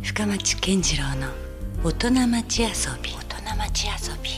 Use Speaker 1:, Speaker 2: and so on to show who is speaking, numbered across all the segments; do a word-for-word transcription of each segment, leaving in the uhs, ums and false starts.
Speaker 1: 深町健次郎の大人町遊び。大人町遊び。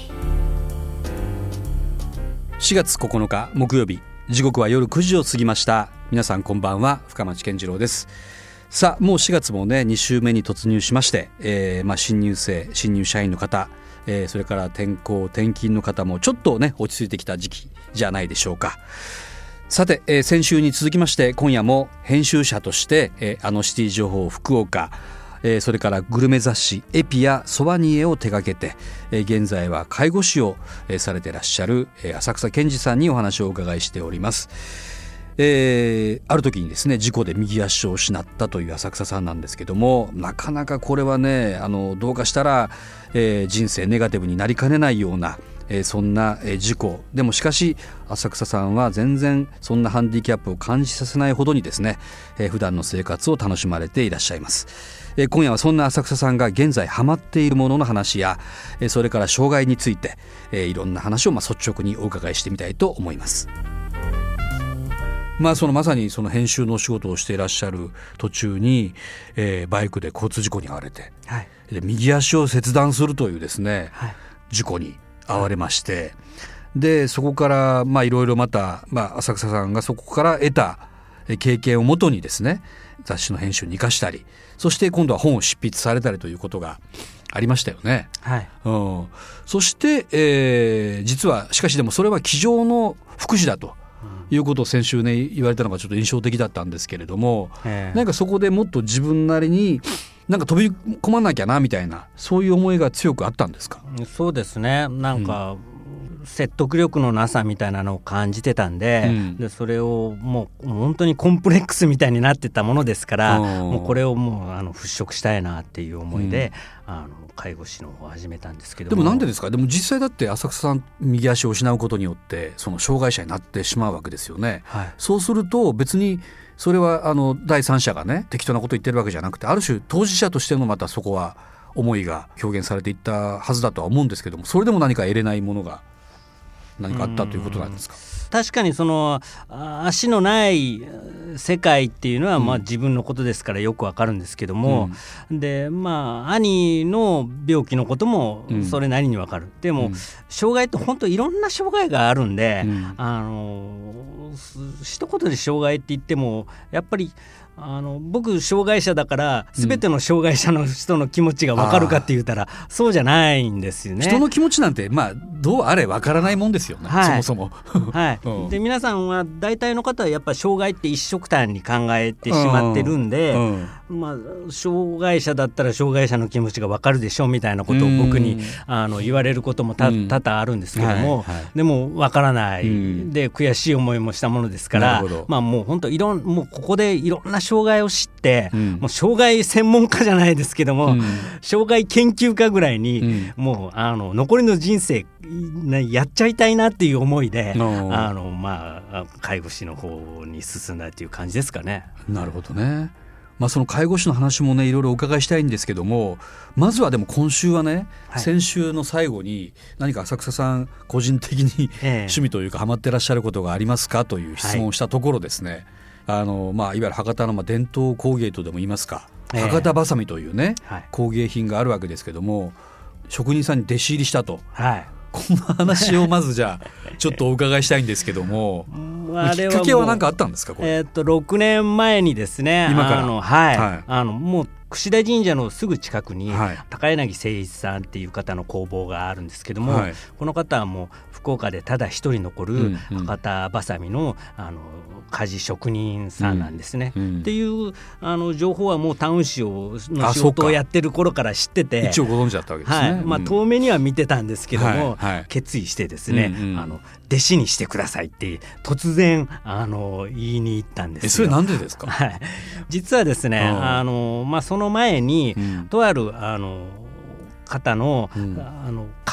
Speaker 2: しがつここのか木曜日、時刻は夜くじを過ぎました。皆さんこんばんは、深町健次郎です。さあ、もうしがつもねに週目に突入しまして、えーまあ、新入生新入社員の方、えー、それから転校転勤の方もちょっとね落ち着いてきた時期じゃないでしょうか。さて、えー、先週に続きまして今夜も編集者として、えー、あのシティ情報福岡、えー、それからグルメ雑誌エピやソワニエを手掛けて、えー、現在は介護士を、えー、されていらっしゃる、えー、浅草健二さんにお話をお伺いしております。えー、ある時にですね事故で右足を失ったという浅草さんなんですけども、なかなかこれはねあのどうかしたら、えー、人生ネガティブになりかねないような、えー、そんな、えー、事故でもしかし浅草さんは全然そんなハンディキャップを感じさせないほどにですね、えー、普段の生活を楽しまれていらっしゃいます。えー、今夜はそんな浅草さんが現在ハマっているものの話や、えー、それから障害について、えー、いろんな話をまあ率直にお伺いしてみたいと思います。まあ、そのまさにその編集のお仕事をしていらっしゃる途中に、えー、バイクで交通事故に遭われて、はい、で右足を切断するというですね、はい、事故に遭われまして、はい、でそこからまあいろいろまた、まあ、浅草さんがそこから得た経験をもとにですね雑誌の編集に生かしたり、そして今度は本を執筆されたりということがありましたよね。はい、うん、そして、えー、実はしかしでもそれは机上の福祉だということを先週ね言われたのがちょっと印象的だったんですけれども、なんかそこでもっと自分なりになんか飛び込まなきゃなみたいな、そういう思いが強くあったんですか？
Speaker 3: そうですね、なんか、うん説得力のなさみたいなのを感じてたん で,、うん、でそれをもう本当にコンプレックスみたいになってたものですから、もうこれをもうあの払拭したいなっていう思いで、うん、あの介護士の方を始めたんですけども。
Speaker 2: でもなんでですか？でも実際だって浅草さん右足を失うことによってその障害者になってしまうわけですよね、はい、そうすると別にそれはあの第三者がね適当なこと言ってるわけじゃなくて、ある種当事者としてのまたそこは思いが表現されていったはずだとは思うんですけども、それでも何か得れないものが何かあったということなんですか？
Speaker 3: 確かにその足のない世界っていうのはまあ自分のことですからよくわかるんですけども、うん、でまあ兄の病気のこともそれなりにわかる、うん、でも、うん、障害って本当いろんな障害があるんで、うん、あの一言で障害って言ってもやっぱりあの僕障害者だから全ての障害者の人の気持ちが分かるかって言ったら、うん、そうじゃないんですよね。
Speaker 2: 人の気持ちなんて、まあ、どうあれ分からないもんですよね、はい、そもそも、
Speaker 3: はいうん、で皆さんは大体の方はやっぱり障害って一緒くたに考えてしまってるんで、うんうんまあ、障害者だったら障害者の気持ちが分かるでしょみたいなことを僕にあの言われることもた多々あるんですけども、はいはい、でも分からない、うん、で悔しい思いもしたものですから、まあ、もう本当いろんもうここでいろんな障害を知って、うん、もう障害専門家じゃないですけども、うん、障害研究家ぐらいに、うん、もうあの残りの人生やっちゃいたいなっていう思いで、あの、まあ、介護士の方に進んだっていう感じですかね。
Speaker 2: なるほどね。まあ、その介護士の話もねいろいろお伺いしたいんですけども、まずはでも今週はね、はい、先週の最後に何か浅草さん個人的に、ええ、趣味というかハマってらっしゃることがありますかという質問をしたところですね、はい、あのまあ、いわゆる博多のまあ伝統工芸とでも言いますか、ええ、博多ばさみというね、はい、工芸品があるわけですけども、職人さんに弟子入りしたと、はい、この話をまずじゃあちょっとお伺いしたいんですけどもあれはきっかけは何かあったんですか？これ、
Speaker 3: えー、とろくねんまえにですね、
Speaker 2: 今から
Speaker 3: あの、はいはい、あのもう櫛田神社のすぐ近くに、はい、高柳誠一さんっていう方の工房があるんですけども、はい、この方はもう福岡でただ一人残る博多ばさみの、あの鍛冶職人さんなんですね、うんうん、っていうあの情報はもうタウン誌をの仕事をやってる頃から知ってて、
Speaker 2: 一応ご存知だったわけですね、
Speaker 3: はいまあ、遠目には見てたんですけども、はいはい、決意してですね、うんうん、あの弟子にしてくださいって突然あの言いに行ったんですよ。
Speaker 2: えそれなんでですか？
Speaker 3: はい、実はですね、あの、まあ、その前に、うん、とあるあの方の、うん、あの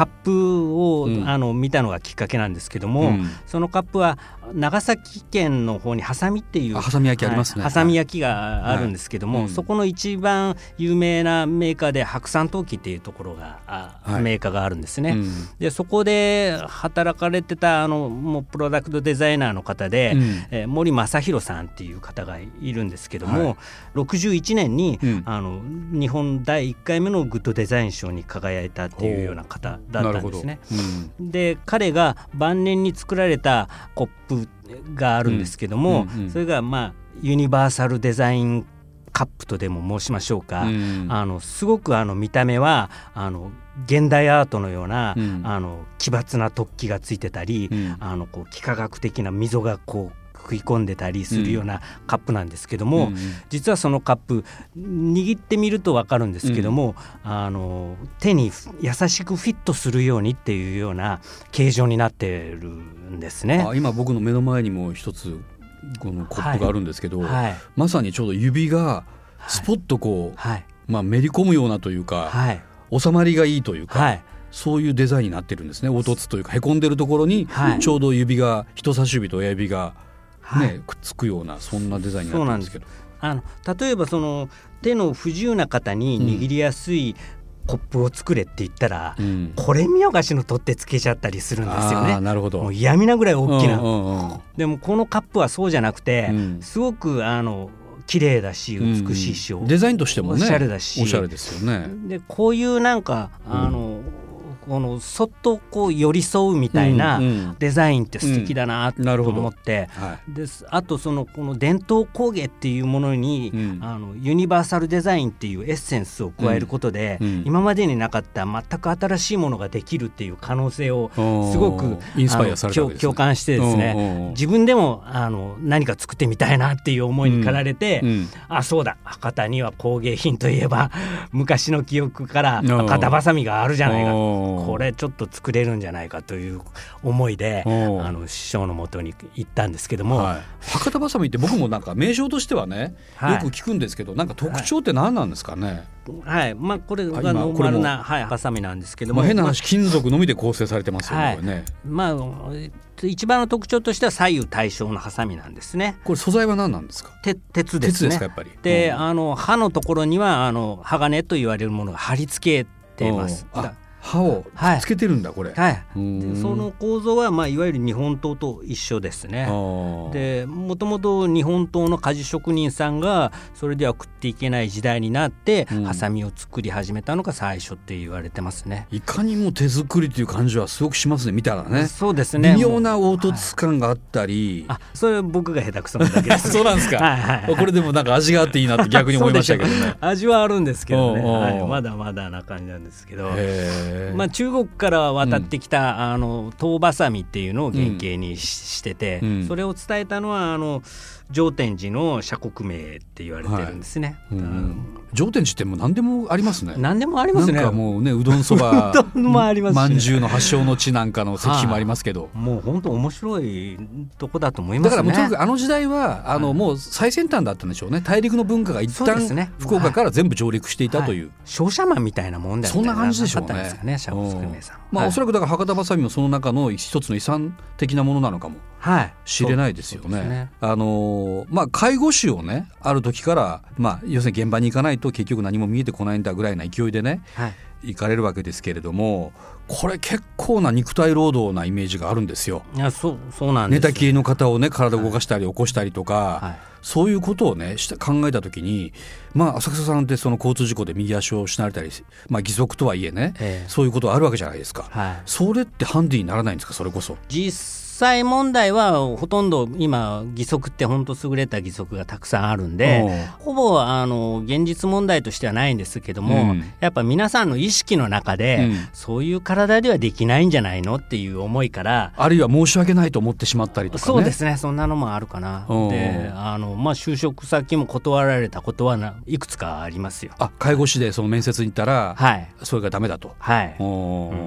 Speaker 3: カップを、
Speaker 2: うん、
Speaker 3: あの見たのがきっかけなんですけども、うん、そのカップは長崎県の方にハサミっていう
Speaker 2: ハサミ焼きありますね、
Speaker 3: はい、ハサミ焼きがあるんですけども、はい、そこの一番有名なメーカーで白山陶器っていうところが、はい、メーカーがあるんですね、うん、でそこで働かれてたあのもうプロダクトデザイナーの方で、うん、えー、森正弘さんっていう方がいるんですけども、はい、ろくじゅういちねんに、うん、あの日本だいいっかいめのグッドデザイン賞に輝いたっていうような方だったんですね、うん、で彼が晩年に作られたコップがあるんですけども、うんうんうん、それがまあユニバーサルデザインカップとでも申しましょうか、うん、あのすごくあの見た目はあの現代アートのような、うん、あの奇抜な突起がついてたり、うん、あのこう幾何学的な溝がこう食い込んでたりするようなカップなんですけども、うん、実はそのカップ握ってみると分かるんですけども、うん、あの手に優しくフィットするようにっていうような形状になってるんですね。
Speaker 2: あ、今僕の目の前にも一つこのコップがあるんですけど、
Speaker 3: はいはい、
Speaker 2: まさにちょうど指がスポッとこう、はい、まあ、めり込むようなというか、はい、収まりがいいというか、はい、そういうデザインになってるんですね。凹凸というかへこんでるところにちょうど指が、人差し指と親指がね、はい、くっつくようなそんなデザインになってるんですけど、
Speaker 3: あの例えばその手の不自由な方に握りやすいコップを作れって言ったら、うん、これ見よがしの取ってつけちゃったりするんですよね。
Speaker 2: あ、なるほど。
Speaker 3: もう嫌味なぐらい大きな、
Speaker 2: うんうんうん、
Speaker 3: でもこのカップはそうじゃなくて、うん、すごくあの綺麗だし美しいし、
Speaker 2: うん、デザインとしてもね
Speaker 3: おしゃれだし、
Speaker 2: おしゃれですよね。
Speaker 3: でこういうなんかあの、うん、このそっとこう寄り添うみたいなデザインって素敵だなと思って、うんうん、はい、であとそのこの伝統工芸っていうものに、うん、あのユニバーサルデザインっていうエッセンスを加えることで、うんうん、今までになかった全く新しいものができるっていう可能性をすごく
Speaker 2: インスパイアされたわけですね。
Speaker 3: 共感してですね、自分でもあの何か作ってみたいなっていう思いに駆られて、うんうん、あ、そうだ、博多には工芸品といえば昔の記憶から肩ばさみがあるじゃないか、これちょっと作れるんじゃないかという思いであの師匠のもとに行ったんですけども、はい、
Speaker 2: 博多ばさみって僕もなんか名称としてはね、はい、よく聞くんですけど、なんか特徴って何なんですかね。
Speaker 3: はい、はい、まあ、これがノーマルな、はい、ハサミなんですけども、
Speaker 2: まあ、変な話、金属のみで構成されてますよね、
Speaker 3: はい、
Speaker 2: これね。
Speaker 3: まあ、一番の特徴としては左右対称のハサミなんですね。
Speaker 2: これ素材は何なんですか。
Speaker 3: て鉄ですね。鉄ですか、やっぱり。で、うん、あの刃のところにはあの鋼と言われるものが貼り付けてます。
Speaker 2: 刃をつけてるんだ、はい、これ、
Speaker 3: はい、でその構造は、まあ、いわゆる日本刀と一緒ですね。でもともと日本刀の鍛冶職人さんがそれでは食っていけない時代になって、うん、ハサミを作り始めたのが最初って言われてますね。
Speaker 2: いかにも手作りという感じはすごくしますね、見たらね。
Speaker 3: そうですね。
Speaker 2: 微妙な凹凸感があったり、
Speaker 3: はい、あ、それは僕が下手くそなだけです、ね、
Speaker 2: そうなんですか。はいはいはい、これでもなんか味があっていいなって逆に思いましたけどね。
Speaker 3: 味はあるんですけどね、はい、まだまだな感じなんですけど、まあ、中国から渡ってきた、うん、あの刀ばさみっていうのを原型に し,、うん、してて、うん、それを伝えたのはあの上天寺の社国名って言われてるんですね、はい、うん、
Speaker 2: 上天寺ってもう何でもありますね。
Speaker 3: 何でもありますね。
Speaker 2: なんかもうね、うどんそば
Speaker 3: うどんもありますし、ね、
Speaker 2: まんじゅうの発祥の地なんかの石碑もありますけど、
Speaker 3: もう本当面白いとこだと思いますね。
Speaker 2: だからもうとにかくあの時代はあの、はい、もう最先端だったんでしょうね。大陸の文化が一旦、ね、福岡から全部上陸していたという、はい、
Speaker 3: 商社マンみたいなもんだよね。
Speaker 2: そんな感じでしょうね。
Speaker 3: ですかね、社国名さん、
Speaker 2: まあ、はい、おそらくだから博多ばさみもその中の一つの遺産的なものなのかもしれないですよね。はい、ね、あのまあ、介護士をね、ある時から、まあ、要するに現場に行かないと結局何も見えてこないんだぐらいな勢いでね、はい、行かれるわけですけれども、これ結構な肉体労働なイメージがあるんですよ。
Speaker 3: いや、そう、そうなんですよ。
Speaker 2: 寝たきりの方をね、体を動かしたり起こしたりとか、はいはい、そういうことをね考えた時に、まあ、浅草さんってその交通事故で右足を失われたり、まあ、義足とはいえね、えー、そういうことあるわけじゃないですか、はい、それってハンディにならないんですか。それこそ
Speaker 3: 実際問題はほとんど今義足って本当優れた義足がたくさんあるんで、ほぼあの現実問題としてはないんですけども、うん、やっぱ皆さんの意識の中で、うん、そういう体ではできないんじゃないのっていう思いから、
Speaker 2: あるいは申し訳ないと思ってしまったりとかね。
Speaker 3: そうですね、そんなのもあるかな。で、あの、まあ、就職先も断られたことはいくつかありますよ。
Speaker 2: あ、介護士でその面接に行ったら、はい、それがダメだと。
Speaker 3: はい、
Speaker 2: お、うん、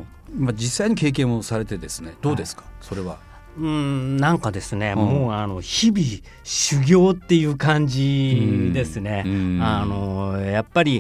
Speaker 2: まあ、実際に経験をされてですね、どうですか、はい、それは。
Speaker 3: うん、なんかですね、うん、もうあの日々修行っていう感じですね。うん、あのやっぱり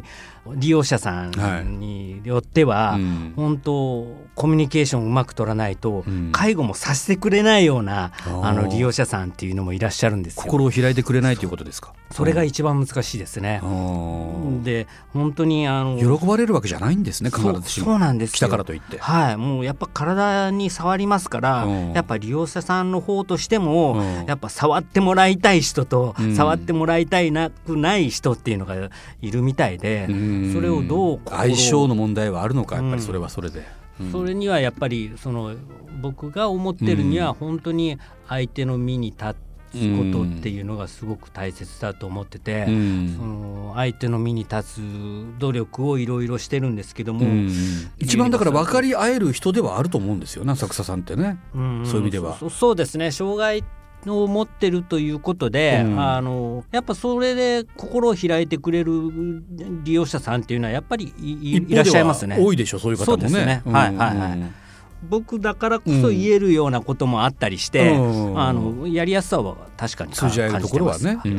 Speaker 3: 利用者さんによっては、はい、うん、本当コミュニケーションをうまく取らないと、うん、介護もさせてくれないようなあの利用者さんっていうのもいらっしゃるんですよ。
Speaker 2: 心を開いてくれないということですか。
Speaker 3: それが一番難しいですね。で本当にあの
Speaker 2: 喜ばれるわけじゃないんですね。必ずしも
Speaker 3: そうなんですよ。
Speaker 2: 来たからといって、
Speaker 3: はい、もうやっぱ体に触りますから、やっぱ利用者さんの方としてもやっぱ触ってもらいたい人と、うん、触ってもらいたいなくない人っていうのがいるみたいで、うん、それをどう
Speaker 2: 相性の問題はあるのか、やっぱりそれはそれで、
Speaker 3: うん、それにはやっぱりその僕が思ってるには本当に相手の身に立ってことっていうのがすごく大切だと思ってて、うん、その相手の身に立つ努力をいろいろしてるんですけども、うん、
Speaker 2: 一番だから分かり合える人ではあると思うんですよね、浅草さんってね、うん、そういう意味では
Speaker 3: そ, そうですね。障害を持ってるということで、うん、あのやっぱそれで心を開いてくれる利用者さんっていうのはやっぱり い, いらっしゃいますね。
Speaker 2: 多いでしょ、そういう方もね。
Speaker 3: そうですね、はいはいはい、僕だからこそ言えるようなこともあったりして、うん、あのやりやすさは確かに
Speaker 2: 通じ合えるところは ね, ね、うん、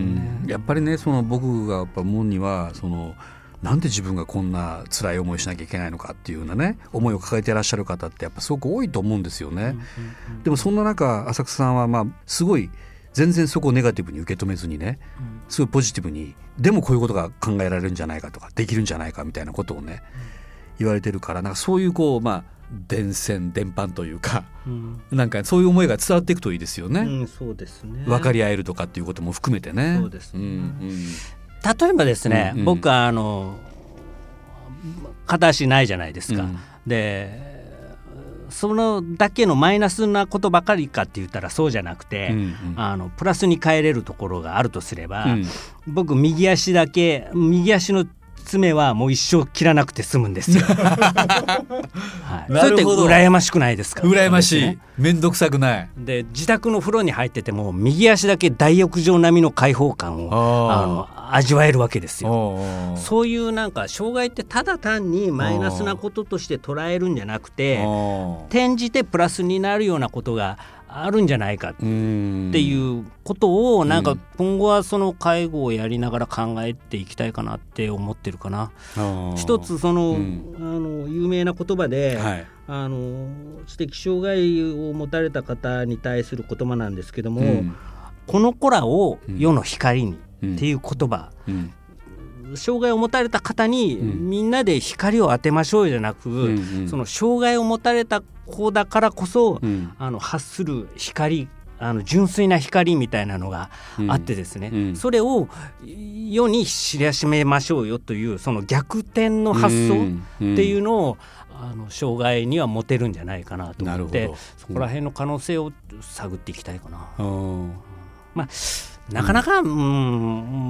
Speaker 2: やっぱりね、その僕がやっぱ思うには、そのなんで自分がこんな辛い思いしなきゃいけないのかっていうようなね、思いを抱えていらっしゃる方ってやっぱすごく多いと思うんですよね、うんうんうん、でもそんな中浅草さんはまあすごい全然そこをネガティブに受け止めずにね、すごいポジティブに、でもこういうことが考えられるんじゃないかとかできるんじゃないかみたいなことをね、うん、言われてるから、なんかそういうこうまあ伝染伝播というか、うん、なんかそういう思いが伝わっていくといいですよね、
Speaker 3: うん、そうですね。
Speaker 2: 分かり合えるとかっていうことも含めてね。
Speaker 3: そうですね、うんうん、例えばですね、
Speaker 2: うんうん、
Speaker 3: 僕はあの片足ないじゃないですか、うん、でそのだけのマイナスなことばかりかって言ったらそうじゃなくて、うんうん、あのプラスに変えれるところがあるとすれば、うん、僕右足だけ右足の爪はもう一生切らなくて済むんですよ、はい、それって羨ましくないですか。
Speaker 2: 羨ましい、ね、めんどくさくない。
Speaker 3: で自宅の風呂に入ってても右足だけ大浴場並みの開放感をあの味わえるわけですよ。そういうなんか障害ってただ単にマイナスなこととして捉えるんじゃなくて、転じてプラスになるようなことがあるんじゃないかっていうことを、なんか今後はその介護をやりながら考えていきたいかなって思ってるかな。一つその、うん、あの有名な言葉で、はい、あの知的障害を持たれた方に対する言葉なんですけども、うん、この子らを世の光にっていう言葉、うんうん、障害を持たれた方にみんなで光を当てましょうじゃなく、うんうん、その障害を持たれた子だからこそ、うん、あの発する光、あの純粋な光みたいなのがあってですね、うんうん、それを世に知らしめましょうよというその逆転の発想っていうのを、うんうん、あの障害には持てるんじゃないかなと思って、そこら辺の可能性を探っていきたいかな、うん、まあなかなか、うん、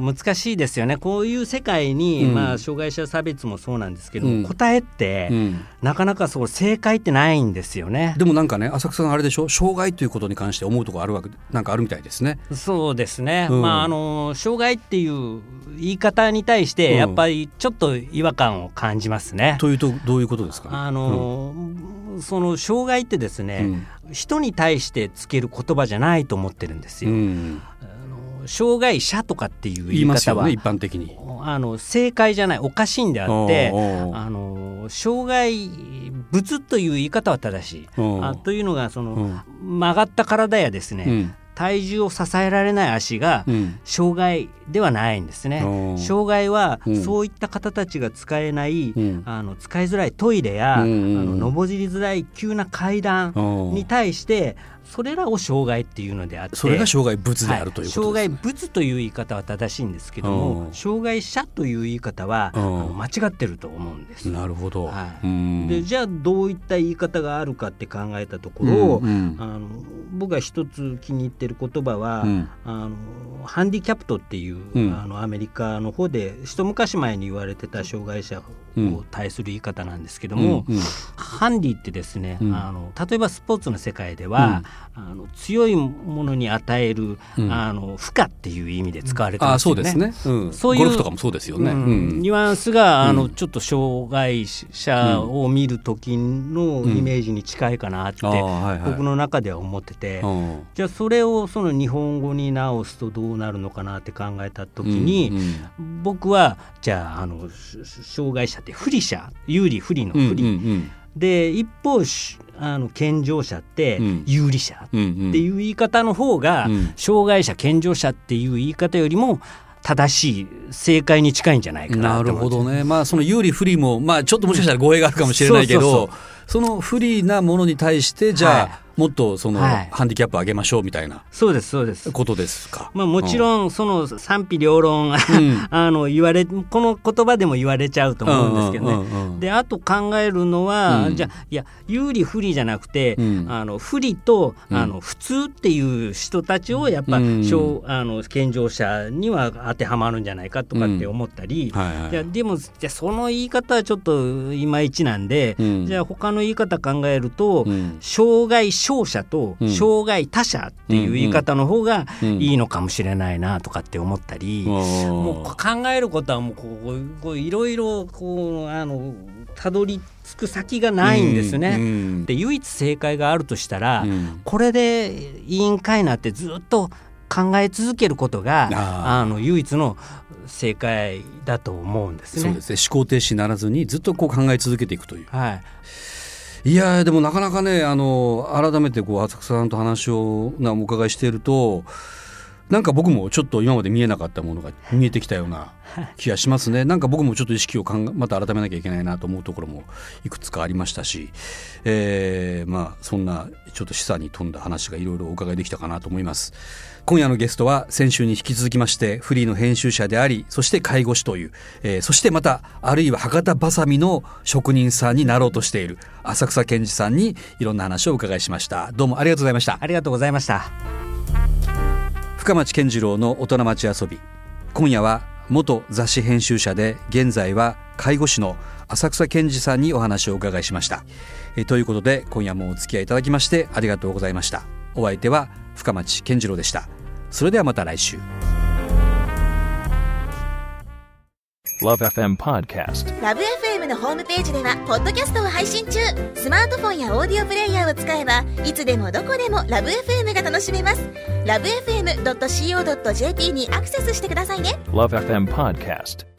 Speaker 3: 難しいですよね。こういう世界に、うんまあ、障害者差別もそうなんですけど、うん、答えって、うん、なかなかそう正解ってないんですよね。
Speaker 2: でもなんかね、浅草さんあれでしょ、障害ということに関して思うところあるわけ、なんかあるみたいですね。
Speaker 3: そうですね、うんまあ、あの障害っていう言い方に対してやっぱりちょっと違和感を感じますね、うん、
Speaker 2: というとどういうことですか。
Speaker 3: あの、うん、その障害ってですね、うん、人に対してつける言葉じゃないと思ってるんですよ、うん障害者とかっていう言い方は、
Speaker 2: ね、一般的に
Speaker 3: あの正解じゃない、おかしいんであって、あの障害物という言い方は正しい。あというのがその曲がった体やですね、うん体重を支えられない足が障害ではないんですね、うん、障害はそういった方たちが使えない、うん、あの使いづらいトイレや、うん、あの上りづらい急な階段に対してそれらを障害っていうのであって、
Speaker 2: それが障害物であるということですね、
Speaker 3: はい、障害物という言い方は正しいんですけども、うん、障害者という言い方は、うん、間違ってると思うんです。
Speaker 2: なるほど、
Speaker 3: はい、うんでじゃあどういった言い方があるかって考えたところ、うんうん、あの僕が一つ気に入ってる言葉は、うん、あのハンディキャプトっていう、うん、あのアメリカの方で一昔前に言われてた障害者を対する言い方なんですけども、うんうん、ハンディってですね、うん、あの例えばスポーツの世界では、 あの強いものに与える、うん、あの負荷っていう意味で使われてますよね。
Speaker 2: あ、そうですね、うん、そういうゴルフとかもそうですよね、うんうん、
Speaker 3: ニュアンスがあの、うん、ちょっと障害者を見る時のイメージに近いかなって、うんはいはい、僕の中では思ってて、うん、じゃあそれをその日本語に直すとどうなるのかなって考えた時に、うんうん、僕はじゃあ、あの障害者って不利者、有利不利の不利、うんうんうんで一方あの健常者って有利者っていう言い方の方が、うんうん、障害者健常者っていう言い方よりも正しい正解に近いんじゃないかなと思って。
Speaker 2: なるほどね。まあその有利不利も、まあ、ちょっともしかしたら語弊があるかもしれないけど、そうそうそう、その不利なものに対してじゃあ、はい、もっとそのハンディキャップ上げましょうみたいな、
Speaker 3: そうですそうです
Speaker 2: ことですか。
Speaker 3: まあ、もちろんその賛否両論、うん、あの言われこの言葉でも言われちゃうと思うんですけどね、うんうんうん、であと考えるのは、うん、じゃあいや有利不利じゃなくて、うん、あの不利と、うん、あの普通っていう人たちをやっぱ、うん、あの健常者には当てはまるんじゃないかとかって思ったり、うんはいはい、いやでもじゃあその言い方はちょっといまいちなんで、うん、じゃあ他の言い方考えると、うん、障害小者と障害他者っていう言い方の方がいいのかもしれないなとかって思ったり、うんうん、もう考えることはもうこういろいろこうあのたどり着く先がないんですね、うんうん、で唯一正解があるとしたら、うん、これで委員会になってずっと考え続けることがあの唯一の正解だと思うんですね。
Speaker 2: そうですね、思考停止にならずにずっとこう考え続けていくという、
Speaker 3: はい
Speaker 2: いやでもなかなかね、あの改めてこう浅草さんと話をなお伺いしていると、なんか僕もちょっと今まで見えなかったものが見えてきたような気がしますね。なんか僕もちょっと意識を考えまた改めなきゃいけないなと思うところもいくつかありましたし、えー、まあそんなちょっと示唆に富んだ話がいろいろお伺いできたかなと思います。今夜のゲストは先週に引き続きましてフリーの編集者であり、そして介護士という、えー、そしてまたあるいは博多ばさみの職人さんになろうとしている浅草健二さんにいろんな話をお伺いしました。どうもありがとうございました。
Speaker 3: ありがとうございました。
Speaker 2: 深町健次郎の大人町遊び、今夜は元雑誌編集者で現在は介護士の浅草健二さんにお話をお伺いしました。えー、ということで今夜もお付き合いいただきましてありがとうございました。お相手は深町健次郎でした。それではまた来週。
Speaker 4: ラブ エフエム Podcast。
Speaker 5: ラブ エフエム のホームページではポッドキャストを配信中。スマートフォンやオーディオプレイヤーを使えばいつでもどこでもラブ エフエム が楽しめます。ラブ エフエムドットシーオードットジェーピー にアクセスしてくださいね。
Speaker 4: ラブ エフエム Podcast。